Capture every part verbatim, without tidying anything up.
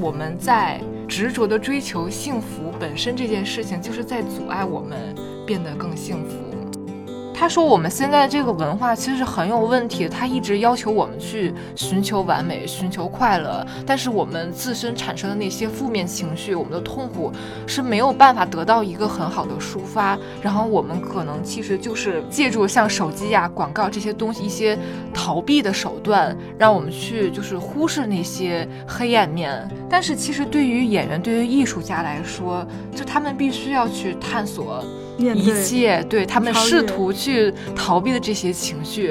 我们在执着的追求幸福本身这件事情，就是在阻碍我们变得更幸福。他说我们现在这个文化其实是很有问题的，他一直要求我们去寻求完美，寻求快乐，但是我们自身产生的那些负面情绪，我们的痛苦是没有办法得到一个很好的抒发，然后我们可能其实就是借助像手机呀、广告这些东西，一些逃避的手段，让我们去就是忽视那些黑暗面。但是其实对于演员，对于艺术家来说，就他们必须要去探索一切，对，他们试图去逃避的这些情绪。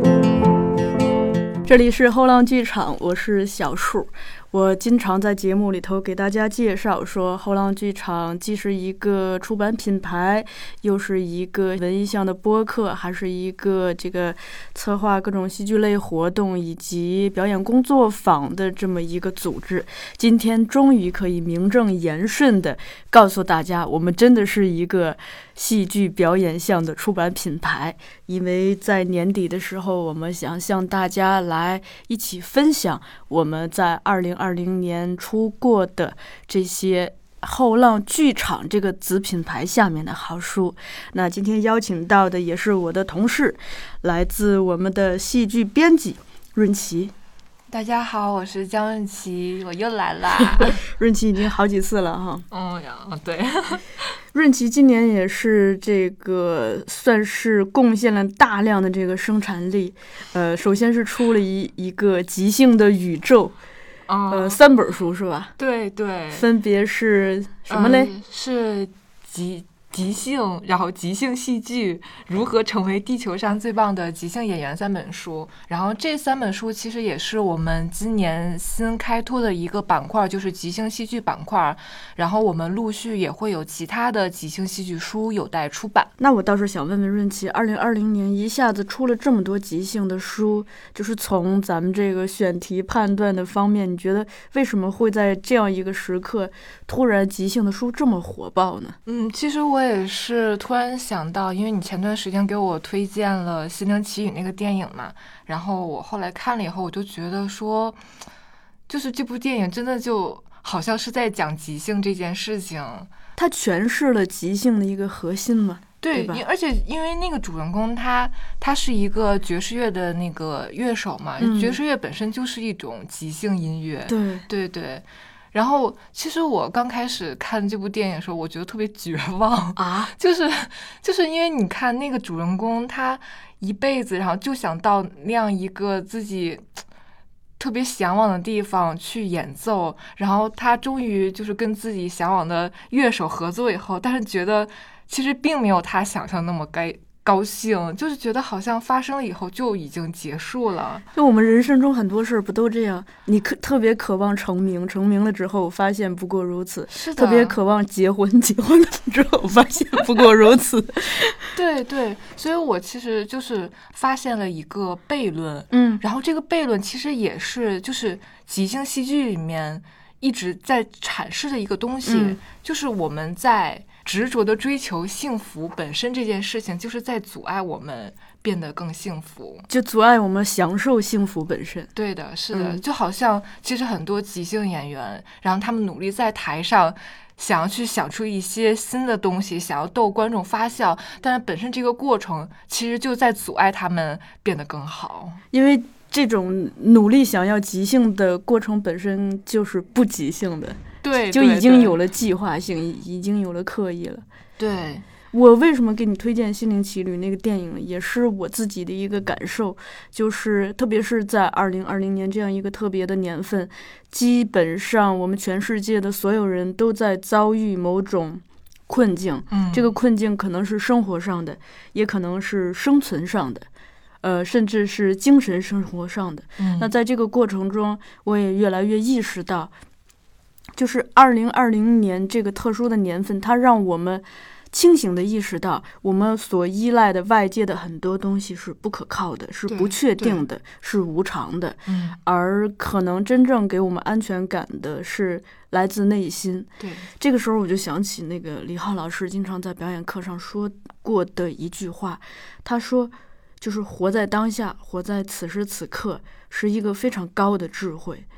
这里是后浪剧场，我是小树。我经常在节目里头给大家介绍说，后浪剧场既是一个出版品牌，又是一个文艺向的播客，还是一个这个策划各种戏剧类活动以及表演工作坊的这么一个组织。今天终于可以名正言顺的告诉大家，我们真的是一个戏剧表演向的出版品牌。因为在年底的时候，我们想向大家来一起分享我们在二零二零年出过的这些后浪剧场这个子品牌下面的好书。那今天邀请到的也是我的同事，来自我们的戏剧编辑润琪。 大家好，我是江润琪，我又来啦。 润琪已经好几次了哈。 嗯呀，对。 润琪今年也是这个算是贡献了大量的这个生产力。呃，首先是出了一一个即兴的宇宙。 哦、 呃，三本书是吧？ 对对， 分别是什么嘞？ 呃、是即即兴，然后即兴戏剧如何成为地球上最棒的即兴演员三本书。然后这三本书其实也是我们今年新开拓的一个板块，就是即兴戏剧板块。然后我们陆续也会有其他的即兴戏剧书有待出版。 那我倒是想问问润琪，二零二零年一下子出了这么多即兴的书，就是从咱们这个选题判断的方面，你觉得为什么会在这样一个时刻突然即兴的书这么火爆呢？ 嗯，其实我也是突然想到，因为你前段时间给我推荐了《心灵奇旅》那个电影嘛，然后我后来看了以后，我就觉得说，就是这部电影真的就好像是在讲即兴这件事情， 它诠释了即兴的一个核心嘛。 对，对，而且因为那个主人公他他是一个爵士乐的那个乐手嘛，嗯、爵士乐本身就是一种即兴音乐。 对对对。然后其实我刚开始看这部电影的时候，我觉得特别绝望啊， 就是就是因为你看那个主人公他一辈子然后就想到那样一个自己特别向往的地方去演奏，然后他终于就是跟自己向往的乐手合作以后，但是觉得其实并没有他想象那么该高兴，就是觉得好像发生了以后就已经结束了。 就我们人生中很多事儿不都这样？你可特别渴望成名，成名了之后发现不过如此； 是的， 特别渴望结婚，结婚了之后发现不过如此。 对对，所以我其实就是发现了一个悖论， 嗯， 然后这个悖论其实也是就是即兴戏剧里面一直在阐释的一个东西， 嗯、 就是我们在执着的追求幸福本身这件事情，就是在阻碍我们变得更幸福， 就阻碍我们享受幸福本身。 对的，是的、 嗯、 就好像其实很多即兴演员，然后他们努力在台上想要去想出一些新的东西，想要逗观众发笑，但是本身这个过程其实就在阻碍他们变得更好。 因为这种努力想要即兴的过程本身就是不即兴的， 对， 就已经有了计划性，已经有了刻意了。 对， 我为什么给你推荐《心灵奇旅》那个电影，也是我自己的一个感受，就是特别是在二零二零年这样一个特别的年份，基本上我们全世界的所有人都在遭遇某种困境， 嗯， 这个困境可能是生活上的，也可能是生存上的。呃，甚至是精神生活上的、 嗯、 那在这个过程中，我也越来越意识到，就是二零二零年这个特殊的年份，它让我们清醒地意识到，我们所依赖的外界的很多东西是不可靠的，是不确定的，是无常的、 嗯、 而可能真正给我们安全感的是来自内心。 对， 这个时候我就想起那个李浩老师经常在表演课上说过的一句话，他说就是活在当下，活在此时此刻是一个非常高的智慧。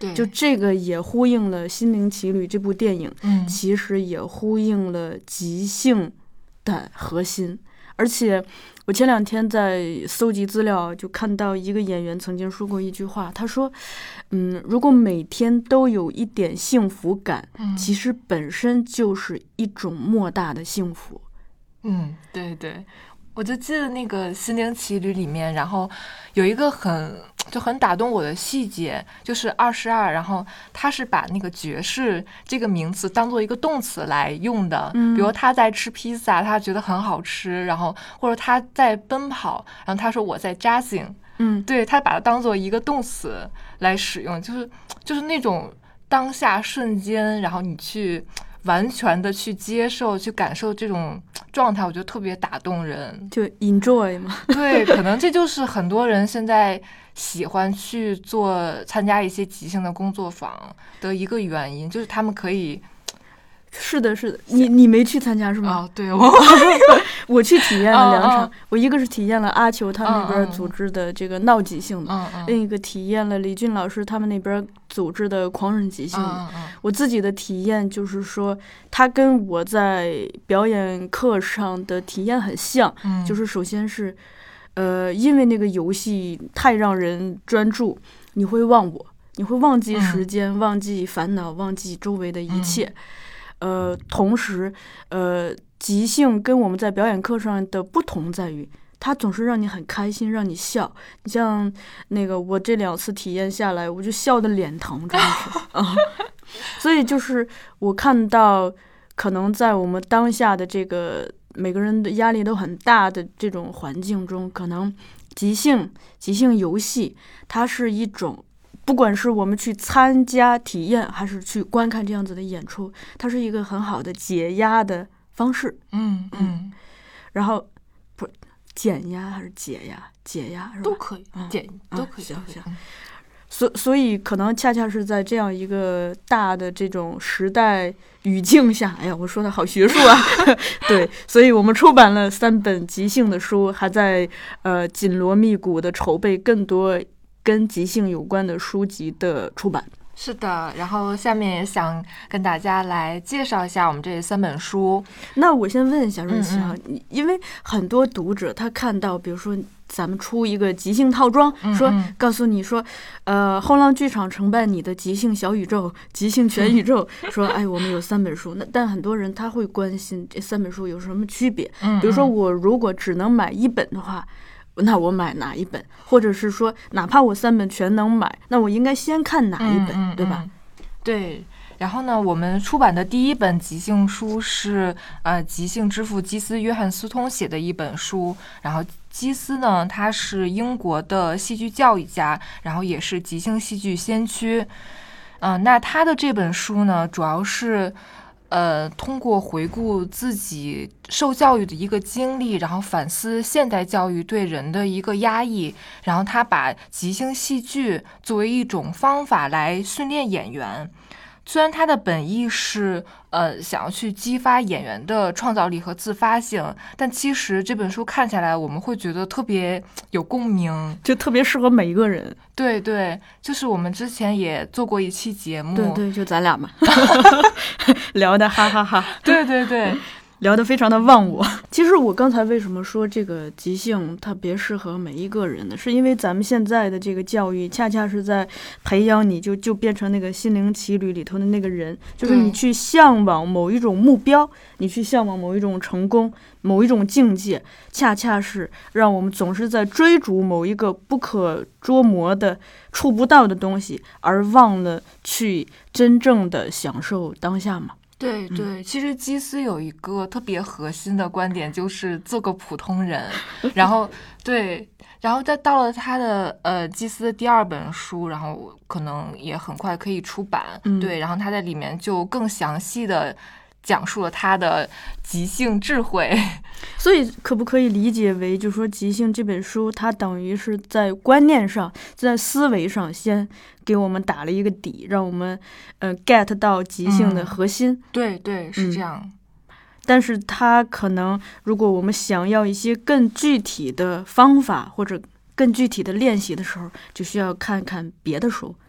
对， 就这个也呼应了《心灵奇旅》这部电影， 嗯， 其实也呼应了即兴的核心。而且我前两天在搜集资料，就看到一个演员曾经说过一句话，他说嗯，如果每天都有一点幸福感， 嗯， 其实本身就是一种莫大的幸福。 嗯，对对，我就记得那个《心灵奇旅》里面，然后有一个很就很打动我的细节，就是二十二，然后他是把那个爵士这个名词当做一个动词来用的， 嗯， 比如他在吃披萨，他觉得很好吃，然后或者他在奔跑，然后他说我在 jazzing， 嗯， 对，他把它当做一个动词来使用，就是就是那种当下瞬间，然后你去完全的去接受、去感受这种状态，我觉得特别打动人， 就 enjoy 嘛。 对，可能这就是很多人现在喜欢去做参加一些即兴的工作坊的一个原因，就是他们可以。 是的，是的，你你没去参加是吗？ 哦，对，我我去体验了两场， 哦哦我一个是体验了阿球他们那边组织的这个闹即兴的， 嗯嗯、 另一个体验了李俊老师他们那边组织的狂人即兴的。 嗯嗯、 我自己的体验就是说，他跟我在表演课上的体验很像， 嗯、 就是首先是，呃，因为那个游戏太让人专注，你会忘我，你会忘记时间，嗯、忘记烦恼，忘记周围的一切。嗯呃，同时，呃，即兴跟我们在表演课上的不同在于，它总是让你很开心，让你笑。你像那个，我这两次体验下来，我就笑得脸疼，真的是啊。所以就是我看到，可能在我们当下的这个每个人的压力都很大的这种环境中，可能即兴、即兴游戏，它是一种。不管是我们去参加体验，还是去观看这样子的演出，它是一个很好的解压的方式。 嗯嗯， 然后不减压还是解压？解压是吧？ 都可以，减、嗯、都可以。 行行。所所以可能恰恰是在这样一个大的这种时代语境下，哎呀，我说的好学术啊。对，所以我们出版了三本即兴的书，还在呃紧锣密鼓的筹备更多跟即兴有关的书籍的出版。 是的，然后下面也想跟大家来介绍一下我们这三本书。 那我先问一下润琪啊， 嗯嗯因为很多读者他看到，比如说咱们出一个即兴套装， 嗯嗯说告诉你说，呃，后浪剧场承办你的即兴小宇宙、即兴全宇宙，说哎，我们有三本书。那但很多人他会关心这三本书有什么区别？ 嗯嗯比如说我如果只能买一本的话。那我买哪一本？或者是说，哪怕我三本全能买，那我应该先看哪一本， 嗯嗯嗯对吧？ 对。然后呢，我们出版的第一本即兴书是呃即兴之父基斯·约翰斯通写的一本书。然后基斯呢，他是英国的戏剧教育家，然后也是即兴戏剧先驱。嗯、呃，那他的这本书呢，主要是。呃，通过回顾自己受教育的一个经历，然后反思现代教育对人的一个压抑，然后他把即兴戏剧作为一种方法来训练演员。虽然他的本意是呃想要去激发演员的创造力和自发性，但其实这本书看下来，我们会觉得特别有共鸣， 就特别适合每一个人。 对对，就是我们之前也做过一期节目， 对对，就咱俩嘛，聊的哈哈哈。 对对对。 聊得非常的忘我。其实我刚才为什么说这个即兴特别适合每一个人呢？是因为咱们现在的这个教育恰恰是在培养你就就变成那个心灵奇旅里头的那个人，就是你去向往某一种目标，你去向往某一种成功，某一种境界，恰恰是让我们总是在追逐某一个不可捉摸的触不到的东西，而忘了去真正的享受当下嘛。 对对，其实基斯有一个特别核心的观点，就是做个普通人。然后对，然后再到了他的呃基斯的第二本书，然后可能也很快可以出版。 嗯、 对，然后他在里面就更详细的讲述了他的即兴智慧。 所以可不可以理解为，就是说即兴这本书它等于是在观念上，在思维上先给我们打了一个底，让我们呃 get 到即兴的核心。 嗯、对对，是这样。 嗯、但是它可能如果我们想要一些更具体的方法或者更具体的练习的时候，就需要看看别的书，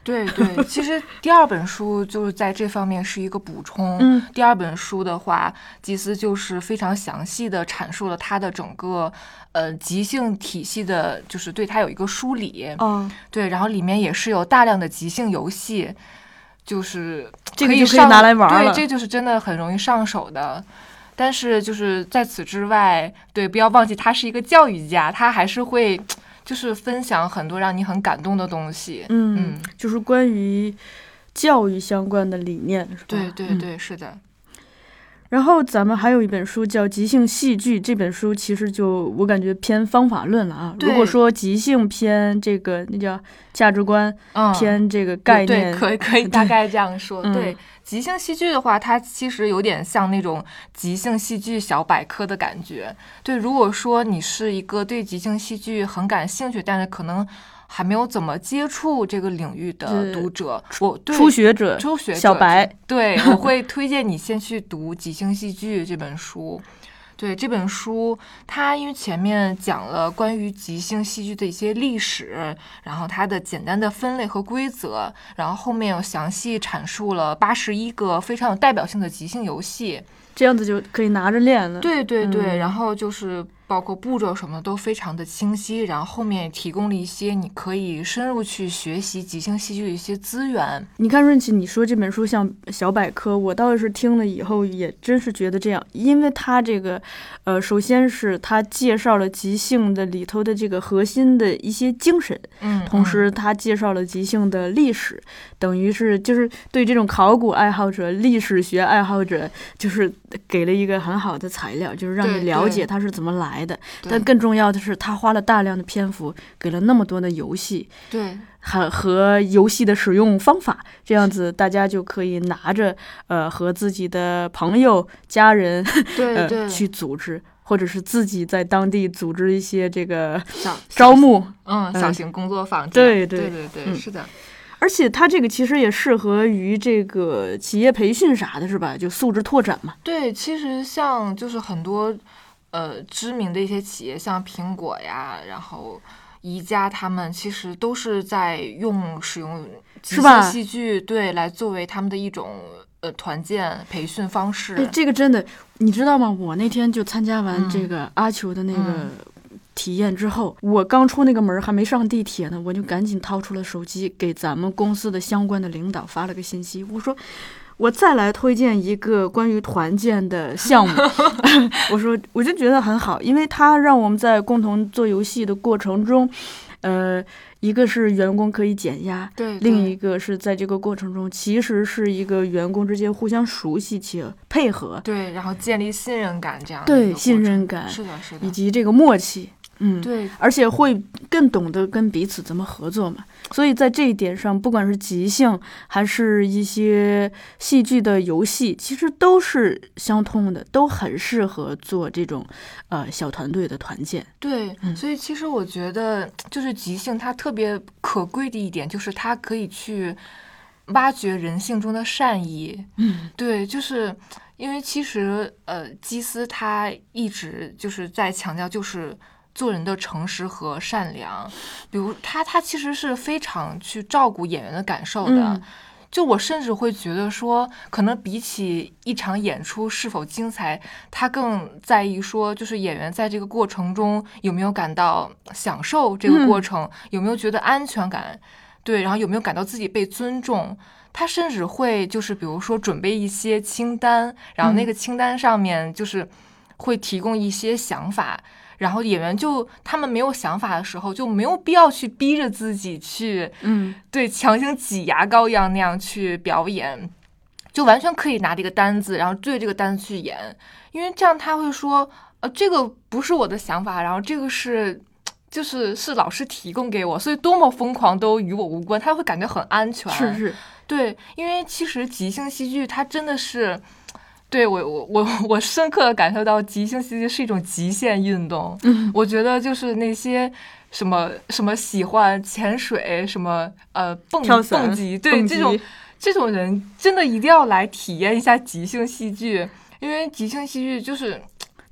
对对，其实第二本书就是在这方面是一个补充。 嗯， 第二本书的话，基斯就是非常详细的阐述了他的整个呃即兴体系的，就是对他有一个梳理。 哦， 对，然后里面也是有大量的即兴游戏，就是这个可以上就可以拿来玩了。 对，这就是真的很容易上手的。但是就是在此之外，对，不要忘记他是一个教育家，他还是会就是分享很多让你很感动的东西。 嗯， 嗯， 就是关于教育相关的理念，是吧？ 对对对， 嗯、 是的。 然后咱们还有一本书叫《即兴戏剧》，这本书其实就我感觉偏方法论了啊。如果说即兴偏这个那叫价值观， 嗯、 偏这个概念， 对，可以可以大概这样说。 嗯、 对，即兴戏剧的话，它其实有点像那种即兴戏剧小百科的感觉。对，如果说你是一个对即兴戏剧很感兴趣，但是可能还没有怎么接触这个领域的读者，我对初学者、 初学者小白， 对，我会推荐你先去读《即兴戏剧》这本书。对，这本书它因为前面讲了关于即兴戏剧的一些历史，然后它的简单的分类和规则，然后后面又详细阐述了八十一个非常有代表性的即兴游戏， 这样子就可以拿着练了。 对对对， 嗯、 然后就是包括步骤什么的都非常的清晰，然后后面也提供了一些你可以深入去学习即兴戏剧的一些资源。 你看润琪，你说这本书像小百科，我倒是听了以后也真是觉得这样，因为它这个呃，首先是它介绍了即兴的里头的这个核心的一些精神， 嗯， 同时它介绍了即兴的历史，嗯、等于是就是对这种考古爱好者、历史学爱好者，就是给了一个很好的材料，就是让你了解它是怎么来的。但更重要的是，他花了大量的篇幅，给了那么多的游戏， 对， 和和游戏的使用方法，这样子大家就可以拿着呃和自己的朋友、家人对对、 呃、去组织，或者是自己在当地组织一些这个小招募， 嗯，小型工作坊、嗯， 对对对对对， 嗯、 是的。 而且它这个其实也适合于这个企业培训啥的，是吧？就素质拓展嘛。 对，其实像就是很多。呃，知名的一些企业，像苹果呀，然后宜家，他们其实都是在用使用即兴戏剧，对，来作为他们的一种呃团建培训方式。 哎，这个真的，你知道吗？我那天就参加完这个阿球的那个体验之后，嗯、我刚出那个门还没上地铁呢，我就赶紧掏出了手机，给咱们公司的相关的领导发了个信息，我说。我再来推荐一个关于团建的项目，我说我就觉得很好，因为它让我们在共同做游戏的过程中，呃，一个是员工可以减压， 对， 另一个是在这个过程中，其实是一个员工之间互相熟悉且配合， 对，然后建立信任感这样的对信任感， 是的，是的， 以及这个默契。嗯， 对， 而且会更懂得跟彼此怎么合作嘛。所以在这一点上，不管是即兴还是一些戏剧的游戏，其实都是相通的，都很适合做这种呃小团队的团建。 对、 嗯， 所以其实我觉得，就是即兴它特别可贵的一点，就是它可以去挖掘人性中的善意。 嗯， 对，就是因为其实呃，基斯他一直就是在强调，就是做人的诚实和善良。比如他他其实是非常去照顾演员的感受的。 嗯， 就我甚至会觉得说，可能比起一场演出是否精彩，他更在意说，就是演员在这个过程中有没有感到享受这个过程，嗯、有没有觉得安全感，对，然后有没有感到自己被尊重。他甚至会就是比如说准备一些清单，然后那个清单上面就是会提供一些想法。嗯，然后演员就他们没有想法的时候，就没有必要去逼着自己去， 嗯， 对，强行挤牙膏一样那样去表演，就完全可以拿这个单子，然后对这个单子去演，因为这样他会说，呃，这个不是我的想法，然后这个是就是是老师提供给我，所以多么疯狂都与我无关，他会感觉很安全。 是是， 对，因为其实即兴戏剧它真的是。对我我我我深刻的感受到即兴戏剧是一种极限运动。 嗯， 我觉得就是那些什么什么喜欢潜水，什么呃蹦蹦极，对蹦极这种这种人真的一定要来体验一下即兴戏剧，因为即兴戏剧就是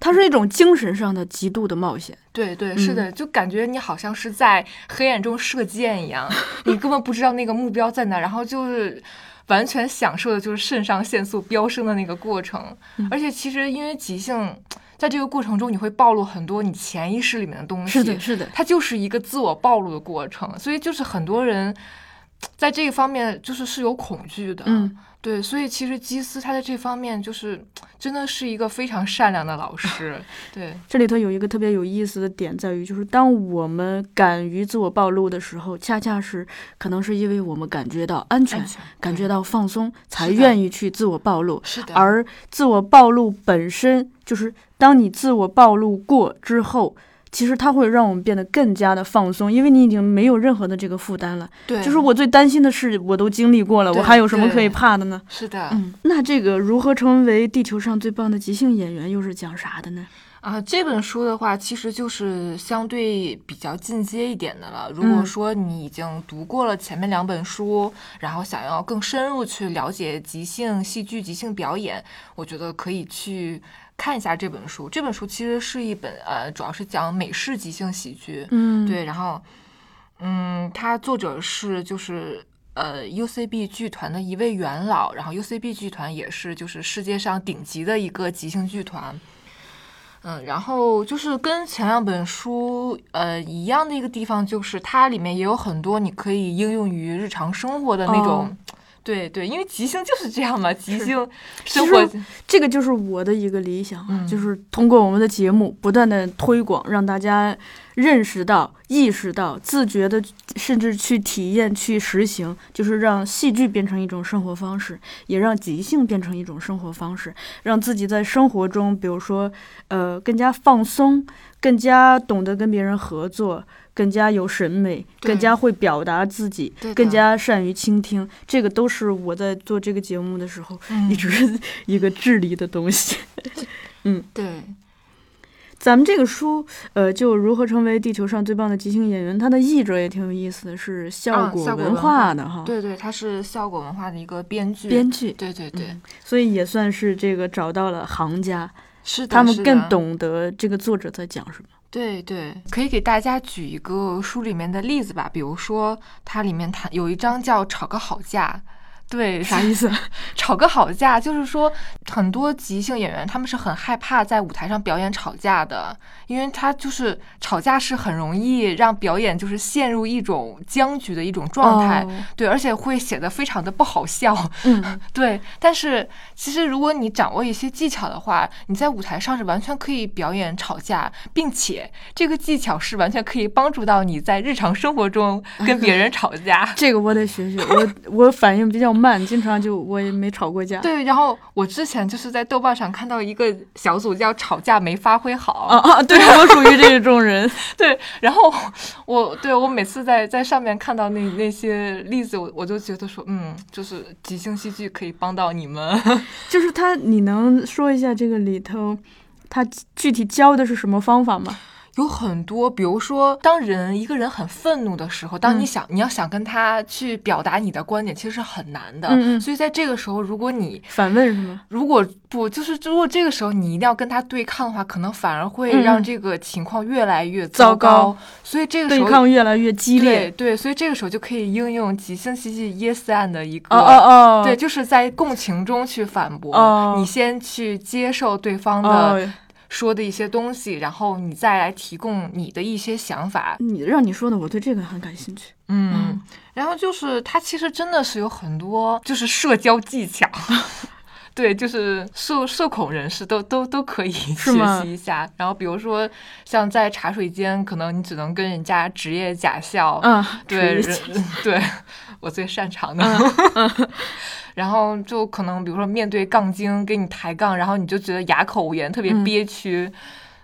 它是一种精神上的极度的冒险。 对对，是的、嗯、就感觉你好像是在黑暗中射箭一样，你根本不知道那个目标在哪，然后就是完全享受的就是肾上腺素飙升的那个过程、嗯、而且其实因为即兴在这个过程中你会暴露很多你潜意识里面的东西， 是的是的， 它就是一个自我暴露的过程，所以就是很多人在这个方面就是是有恐惧的。 嗯， 对，所以其实基斯他在这方面就是真的是一个非常善良的老师。对， 这里头有一个特别有意思的点在于，就是当我们敢于自我暴露的时候，恰恰是可能是因为我们感觉到安全， 安全感觉到放松，才愿意去自我暴露。 是的， 而自我暴露本身就是当你自我暴露过之后，其实它会让我们变得更加的放松，因为你已经没有任何的这个负担了。 对， 就是我最担心的事我都经历过了，我还有什么可以怕的呢？ 是的， 嗯，那这个如何成为地球上最棒的即兴演员又是讲啥的呢？ 啊，这本书的话其实就是相对比较进阶一点的了。如果说你已经读过了前面两本书、嗯、然后想要更深入去了解即兴戏剧、即兴表演，我觉得可以去看一下这本书。这本书其实是一本呃，主要是讲美式即兴喜剧。 嗯， 对，然后嗯，它作者是就是呃 U C B 剧团的一位元老，然后 U C B 剧团也是就是世界上顶级的一个即兴剧团。嗯，然后就是跟前两本书呃一样的一个地方，就是它里面也有很多你可以应用于日常生活的那种、哦、对对，因为即兴就是这样嘛，即兴生活这个就是我的一个理想、 嗯、 就是通过我们的节目不断的推广，让大家认识到、意识到、自觉的甚至去体验、去实行，就是让戏剧变成一种生活方式，也让即兴变成一种生活方式，让自己在生活中比如说呃更加放松，更加懂得跟别人合作，更加有审美，更加会表达自己，更加善于倾听，这个都是我在做这个节目的时候、嗯、一直一个致力的东西。嗯， 对。 咱们这个书呃，就如何成为地球上最棒的即兴演员，它的译者也挺有意思的，是效果文化的、啊、哈。 对对，它是效果文化的一个编剧编剧对对对、嗯、 所以也算是这个找到了行家， 是的， 他们更懂得这个作者在讲什么。 对对，可以给大家举一个书里面的例子吧，比如说它里面谈有一章叫吵个好架。对， 啥意思？ 吵个好架就是说很多即兴演员他们是很害怕在舞台上表演吵架的，因为他就是吵架是很容易让表演就是陷入一种僵局的一种状态、哦、对，而且会显得非常的不好笑。 嗯， 对，但是其实如果你掌握一些技巧的话，你在舞台上是完全可以表演吵架，并且这个技巧是完全可以帮助到你在日常生活中跟别人吵架。 这个我得学学，我我反应比较慢，经常就我也没吵过架。 对，然后我之前就是在豆瓣上看到一个小组叫吵架没发挥好。 啊啊，对，我属于这种人。 对，然后我对我每次在在上面看到那那些例子，我我就觉得说，嗯，就是即兴戏剧可以帮到你们。 就是他，你能说一下这个里头他具体教的是什么方法吗？ 有很多，比如说当人一个人很愤怒的时候，当你想、嗯、你要想跟他去表达你的观点，其实是很难的。 嗯嗯， 所以在这个时候，如果你反问是吗？ 如果不就是如果这个时候你一定要跟他对抗的话，可能反而会让这个情况越来越糟糕。 糟糕， 所以这个时候对抗越来越激烈。 对对，所以这个时候就可以应用即兴戏剧 Yes and 的一个， 哦哦哦， 对，就是在共情中去反驳。 哦， 你先去接受对方的。 哦， 说的一些东西，然后你再来提供你的一些想法。 你让你说的，我对这个很感兴趣。 嗯，嗯，然后就是它其实真的是有很多就是社交技巧，对，就是社社恐人士都都都可以学习一下。然后比如说像在茶水间，可能你只能跟人家职业假笑， 嗯， 对对，我最擅长的。 嗯嗯， 然后就可能比如说面对杠精给你抬杠，然后你就觉得哑口无言，特别憋屈。嗯，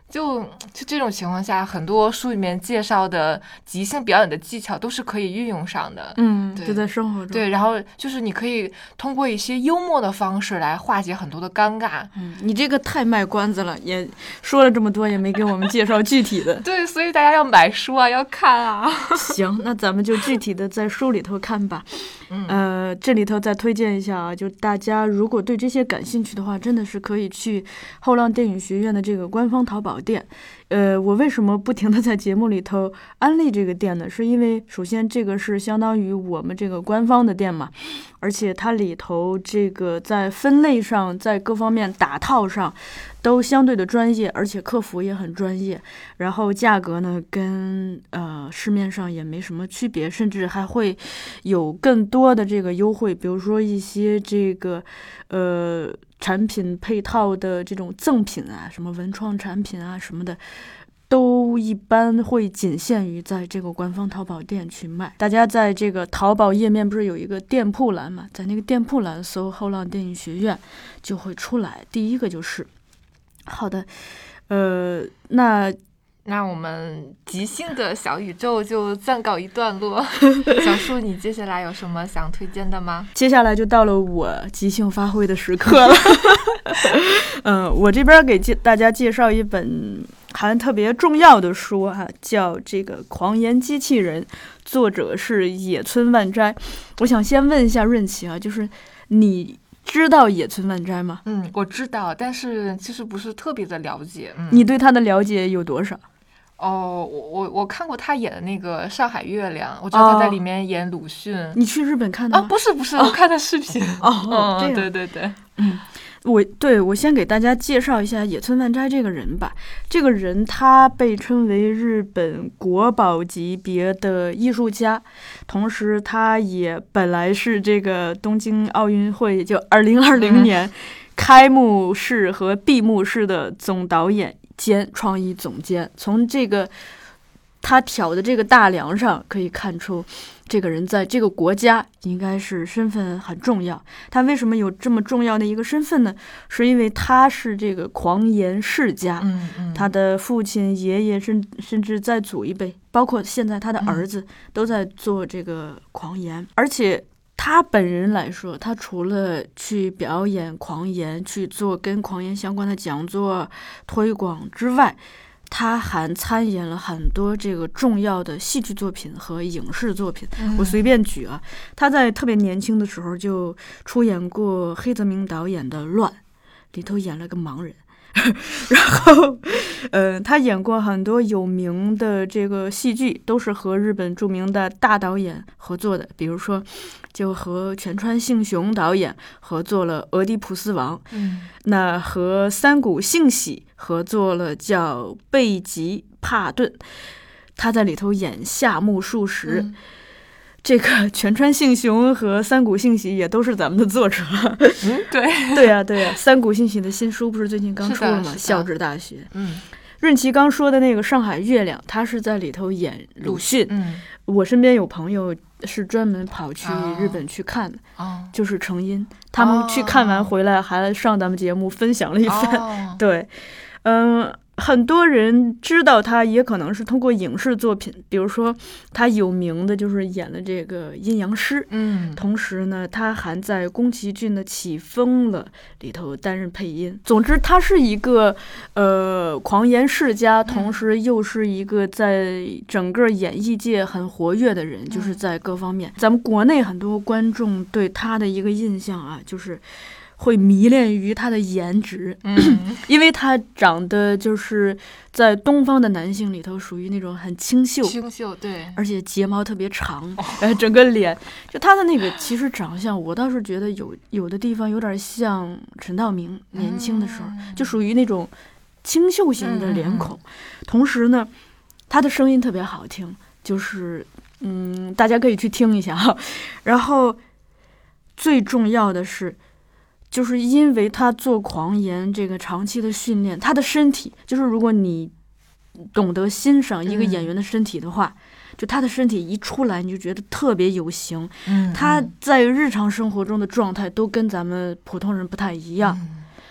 就就这种情况下，很多书里面介绍的即兴表演的技巧都是可以运用上的。 嗯，就在生活中。 对，然后就是你可以通过一些幽默的方式来化解很多的尴尬。 嗯，你这个太卖关子了，也说了这么多，也没给我们介绍具体的。 对，所以大家要买书啊，要看啊。 行，那咱们就具体的在书里头看吧。 嗯， 呃，这里头再推荐一下啊，就大家如果对这些感兴趣的话，真的是可以去后浪电影学院的这个官方淘宝店。呃，我为什么不停的在节目里头安利这个店呢？是因为首先这个是相当于我们这个官方的店嘛，而且它里头这个在分类上，在各方面打套上都相对的专业，而且客服也很专业，然后价格呢跟呃市面上也没什么区别，甚至还会有更多的这个优惠，比如说一些这个呃产品配套的这种赠品啊，什么文创产品啊什么的，都一般会仅限于在这个官方淘宝店去卖。大家在这个淘宝页面不是有一个店铺栏嘛，在那个店铺栏搜后浪电影学院就会出来，第一个就是好的。呃那那我们即兴的小宇宙就暂告一段落。小树，你接下来有什么想推荐的吗？ 接下来就到了我即兴发挥的时刻了。嗯，我这边给大家介绍一本还特别重要的书啊，叫这个《狂言机器人》，作者是野村万斋。我想先问一下润琪啊，就是你知道野村万斋吗？ 嗯，我知道，但是其实不是特别的了解。嗯， 你对他的了解有多少？ 哦，我我我看过他演的那个《上海月亮》，我知道他在里面演鲁迅。 哦，你去日本看的吗？ 啊，不是不是，哦，我看的视频。 哦， 嗯，对对对， 嗯。我对我先给大家介绍一下野村万斋这个人吧。这个人他被称为日本国宝级别的艺术家，同时他也本来是这个东京奥运会就二零二零年开幕式和闭幕式的总导演兼创意总监。从这个他挑的这个大梁上可以看出，这个人在这个国家应该是身份很重要。他为什么有这么重要的一个身份呢？是因为他是这个狂言世家。 嗯嗯， 他的父亲、爷爷，甚甚至再祖一辈，包括现在他的儿子，都在做这个狂言。而且他本人来说，他除了去表演狂言，去做跟狂言相关的讲座推广之外，他还参演了很多这个重要的戏剧作品和影视作品。 嗯， 我随便举啊，他在特别年轻的时候就出演过黑泽明导演的《乱》，里头演了个盲人。然后，呃，他演过很多有名的这个戏剧，都是和日本著名的大导演合作的，比如说，就和全川幸雄导演合作了《俄狄浦斯王》， 嗯， 那和三谷幸喜合作了叫《贝吉帕顿》，他在里头演夏目漱石。嗯，这个全川幸雄和三谷幸喜也都是咱们的作者。 嗯，对， 对呀、啊，对呀、啊。三谷幸喜的新书不是最近刚出了吗？孝治大学。 嗯， 润琪刚说的那个《上海月亮》，他是在里头演鲁迅。 嗯， 我身边有朋友是专门跑去日本去看的， 哦， 就是成因，他们去看完回来还上咱们节目分享了一番。 哦， 对，嗯。很多人知道他，也可能是通过影视作品，比如说他有名的就是演了这个《阴阳师》， 嗯， 同时呢，他还在宫崎骏的《起风了》里头担任配音。总之，他是一个呃狂言世家，同时又是一个在整个演艺界很活跃的人，就是在各方面，咱们国内很多观众对他的一个印象啊，就是会迷恋于他的颜值。 嗯， 因为他长得就是在东方的男性里头属于那种很清秀， 清秀，对， 而且睫毛特别长，然后整个脸，就他的那个其实长相，我倒是觉得有有的地方有点像陈道明年轻的时候， 嗯， 就属于那种清秀型的脸孔。嗯，同时呢，他的声音特别好听，就是嗯，大家可以去听一下哈。然后最重要的是，就是因为他做狂言这个长期的训练，他的身体就是如果你懂得欣赏一个演员的身体的话，嗯，就他的身体一出来你就觉得特别有型。 嗯， 他在日常生活中的状态都跟咱们普通人不太一样。 嗯，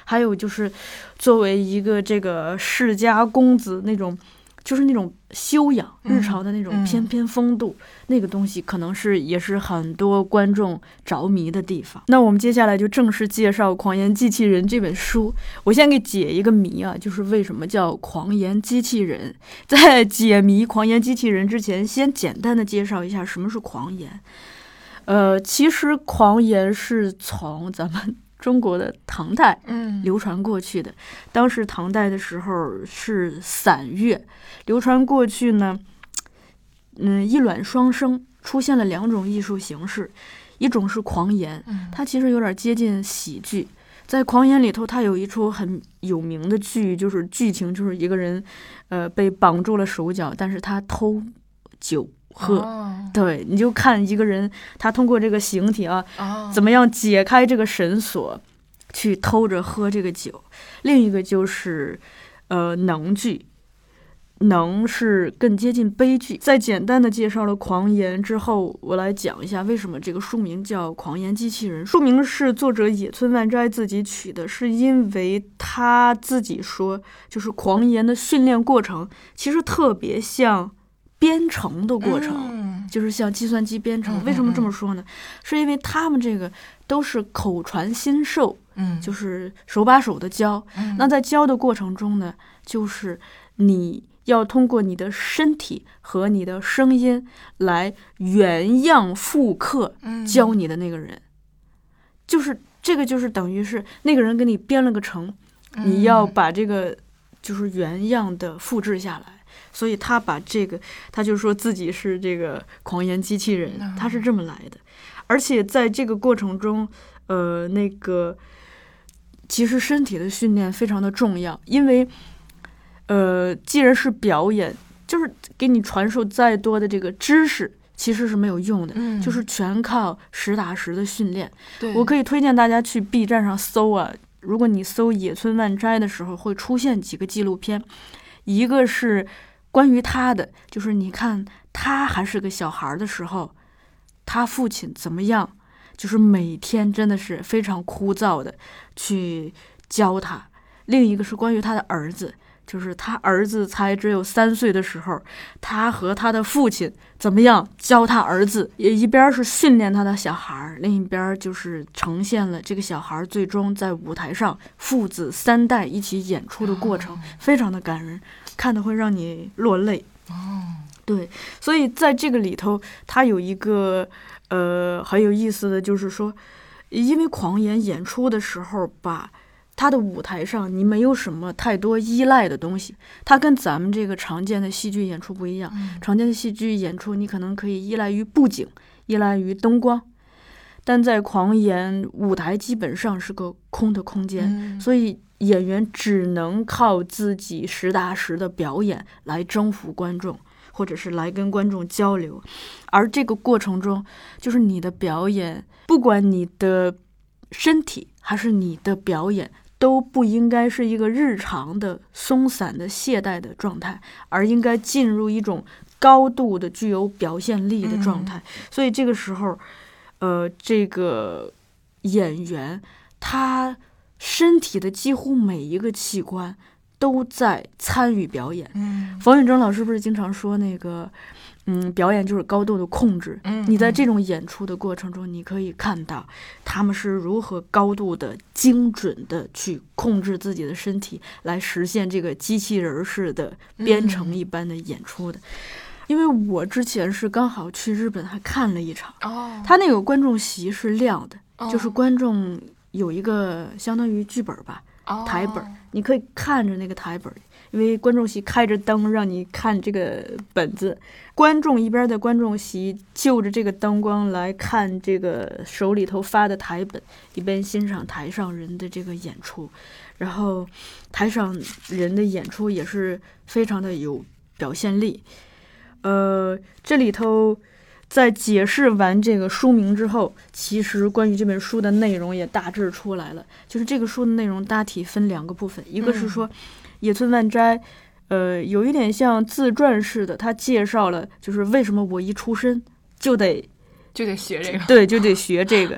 还有就是作为一个这个世家公子那种。就是那种修养，日常的那种翩翩风度，嗯嗯、那个东西可能是也是很多观众着迷的地方。那我们接下来就正式介绍《狂言机器人》这本书。我先给解一个谜啊，就是为什么叫狂言机器人？在解谜狂言机器人之前，先简单的介绍一下什么是狂言。呃，其实狂言是从咱们中国的唐代流传过去的、嗯、当时唐代的时候是散乐流传过去呢，嗯，一卵双生，出现了两种艺术形式，一种是狂言，它其实有点接近喜剧。在狂言里头，它有一出很有名的剧，就是剧情就是一个人呃被绑住了手脚，但是他偷酒喝、哦、对，你就看一个人他通过这个形体啊、哦、怎么样解开这个绳索去偷着喝这个酒。另一个就是呃能剧，能是更接近悲剧。在简单的介绍了狂言之后，我来讲一下为什么这个书名叫狂言机器人。书名是作者野村万斋自己取的，是因为他自己说就是狂言的训练过程其实特别像编程的过程、嗯、就是像计算机编程、嗯、为什么这么说呢、嗯、是因为他们这个都是口传心授，嗯，就是手把手的教、嗯、那在教的过程中呢，就是你要通过你的身体和你的声音来原样复刻教你的那个人、嗯、就是这个就是等于是那个人给你编了个程、嗯、你要把这个就是原样的复制下来，所以他把这个他就说自己是这个狂言机器人、嗯、他是这么来的。而且在这个过程中呃，那个其实身体的训练非常的重要，因为呃，既然是表演，就是给你传授再多的这个知识其实是没有用的、嗯、就是全靠实打实的训练。我可以推荐大家去 B 站上搜啊，如果你搜野村万斋的时候会出现几个纪录片，一个是关于他的，就是你看他还是个小孩的时候，他父亲怎么样，就是每天真的是非常枯燥的去教他。另一个是关于他的儿子，就是他儿子才只有三岁的时候，他和他的父亲怎么样教他儿子，也一边是训练他的小孩，另一边就是呈现了这个小孩最终在舞台上父子三代一起演出的过程，非常的感人，看得会让你落泪。哦，对，所以在这个里头，他有一个呃很有意思的，就是说，因为狂言演出的时候吧，他的舞台上你没有什么太多依赖的东西，它跟咱们这个常见的戏剧演出不一样、嗯、常见的戏剧演出你可能可以依赖于布景，依赖于灯光，但在狂言舞台基本上是个空的空间、嗯、所以演员只能靠自己实打实的表演来征服观众，或者是来跟观众交流。而这个过程中，就是你的表演，不管你的身体还是你的表演，都不应该是一个日常的松散的懈怠的状态，而应该进入一种高度的具有表现力的状态、嗯、所以这个时候呃，这个演员他身体的几乎每一个器官都在参与表演。嗯，冯远征老师不是经常说那个嗯，表演就是高度的控制。嗯，你在这种演出的过程中，你可以看到他们是如何高度的精准的去控制自己的身体，来实现这个机器人式的编程一般的演出的。嗯，因为我之前是刚好去日本还看了一场，哦，他那个观众席是亮的，哦，就是观众有一个相当于剧本吧，哦，台本，你可以看着那个台本，因为观众席开着灯让你看这个本子，观众一边在观众席就着这个灯光来看这个手里头发的台本，一边欣赏台上人的这个演出，然后台上人的演出也是非常的有表现力。呃，这里头在解释完这个书名之后，其实关于这本书的内容也大致出来了。就是这个书的内容大体分两个部分，一个是说野村万斋呃，有一点像自传式的，他介绍了就是为什么我一出生就得就得学这个， 对，就得学这个。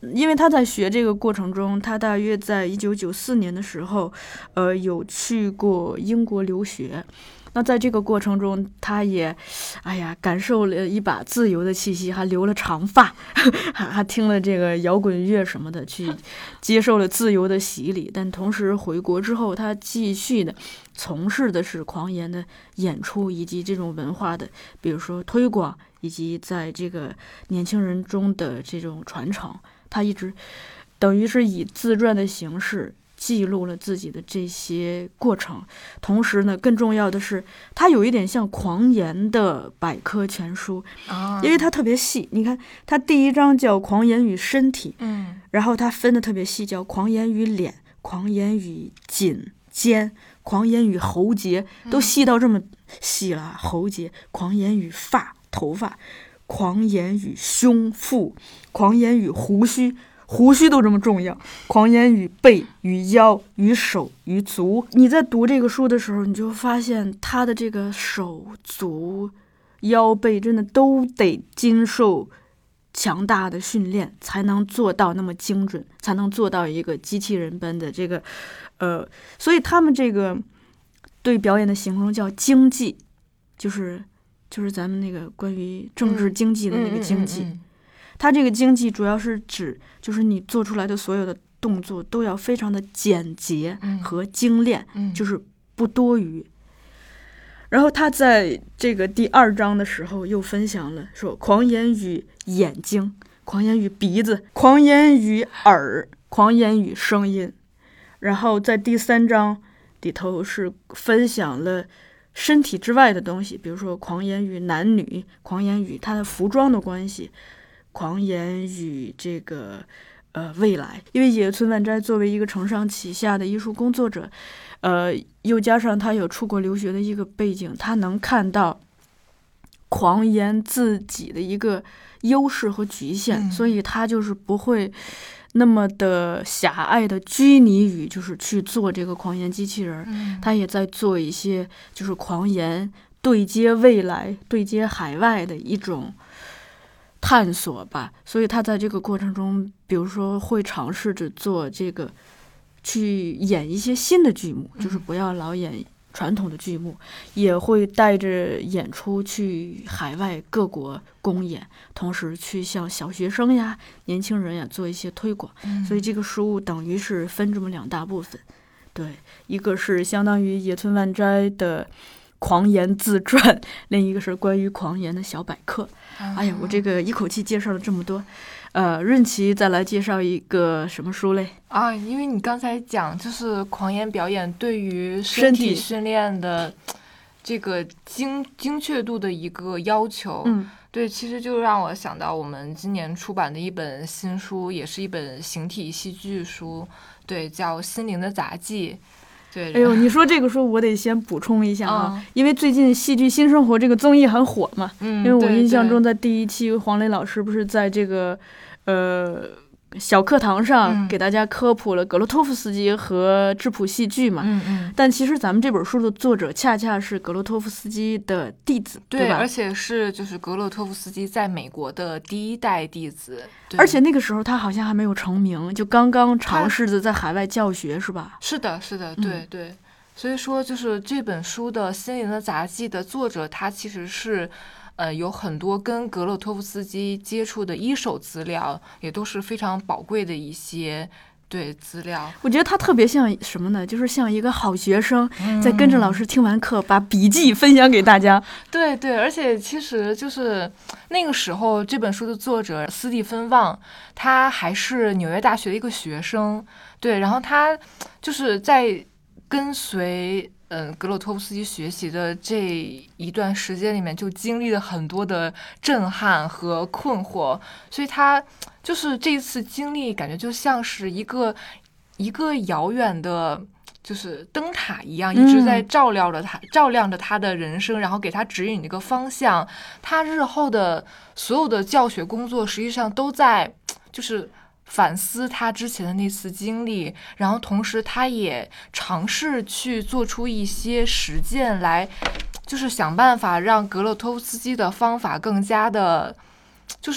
因为他在学这个过程中，他大约在一九九四年的时候，呃，有去过英国留学。那在这个过程中，他也，哎呀，感受了一把自由的气息，还留了长发，还还听了这个摇滚乐什么的，去接受了自由的洗礼。但同时回国之后，他继续的从事的是狂言的演出，以及这种文化的，比如说推广，以及在这个年轻人中的这种传承。他一直等于是以自传的形式记录了自己的这些过程，同时呢，更重要的是，它有一点像狂言的百科全书， 啊， 因为它特别细。你看，它第一章叫狂言与身体， 嗯， 然后它分的特别细，叫狂言与脸、狂言与颈肩、狂言与喉结，都细到这么细了。喉结、狂言与发、头发、狂言与胸腹、狂言与胡须。胡须都这么重要，狂言与背、与腰、与手、与足。你在读这个书的时候，你就发现他的这个手足腰背真的都得经受强大的训练，才能做到那么精准，才能做到一个机器人般的这个呃，所以他们这个对表演的形容叫经济，就是就是咱们那个关于政治经济的那个经济。 嗯嗯嗯嗯它这个经济主要是指，就是你做出来的所有的动作都要非常的简洁和精炼， 嗯嗯、 就是不多余。然后他在这个第二章的时候又分享了说，狂言与眼睛，狂言与鼻子，狂言与耳，狂言与声音。然后在第三章里头是分享了身体之外的东西，比如说狂言与男女，狂言与他的服装的关系，狂言与这个呃未来。因为野村万斋作为一个承上启下的艺术工作者，呃，又加上他有出国留学的一个背景，他能看到狂言自己的一个优势和局限， 嗯、 所以他就是不会那么的狭隘的拘泥于就是去做这个狂言机器人， 嗯、 他也在做一些就是狂言对接未来、对接海外的一种探索吧。所以他在这个过程中，比如说会尝试着做这个去演一些新的剧目，就是不要老演传统的剧目，也会带着演出去海外各国公演，同时去向小学生呀、年轻人呀做一些推广。 嗯、 所以这个书等于是分这么两大部分，对，一个是相当于野村万斋的狂言自传，另一个是关于狂言的小百科。 啊、 哎呀，我这个一口气介绍了这么多。呃，润琪再来介绍一个什么书嘞？ 啊，因为你刚才讲就是狂言表演对于身体训练的这个精精确度的一个要求， 嗯， 对，其实就让我想到我们今年出版的一本新书，也是一本形体戏剧书，对，叫《心灵的杂技》。对， 哎呦，你说这个书我得先补充一下啊， 嗯、 因为最近《戏剧新生活》这个综艺很火嘛， 嗯， 因为我印象中在第一期黄磊老师不是在这个呃小课堂上给大家科普了格罗托夫斯基和质朴戏剧嘛， 嗯嗯， 但其实咱们这本书的作者恰恰是格罗托夫斯基的弟子， 对， 对吧？ 而且是就是格罗托夫斯基在美国的第一代弟子， 而且那个时候他好像还没有成名，就刚刚尝试着在海外教学，是吧？ 是的，是的，对、嗯、对。所以说，就是这本书的《心灵的杂技》的作者，他其实是。呃，有很多跟格洛托夫斯基接触的一手资料，也都是非常宝贵的一些对资料。 我觉得他特别像什么呢？就是像一个好学生，在跟着老师听完课，把笔记分享给大家。 嗯、对对，而且其实就是那个时候，这本书的作者斯蒂芬·旺，他还是纽约大学的一个学生。对，然后他就是在跟随。嗯，格洛托夫斯基学习的这一段时间里面，就经历了很多的震撼和困惑，所以他就是这一次经历，感觉就像是一个一个遥远的，就是灯塔一样，一直在照亮着他，嗯、照亮着他的人生，然后给他指引一个方向。他日后的所有的教学工作，实际上都在就是反思他之前的那次经历，然后同时他也尝试去做出一些实践来，就是想办法让格洛托夫斯基的方法更加的，就是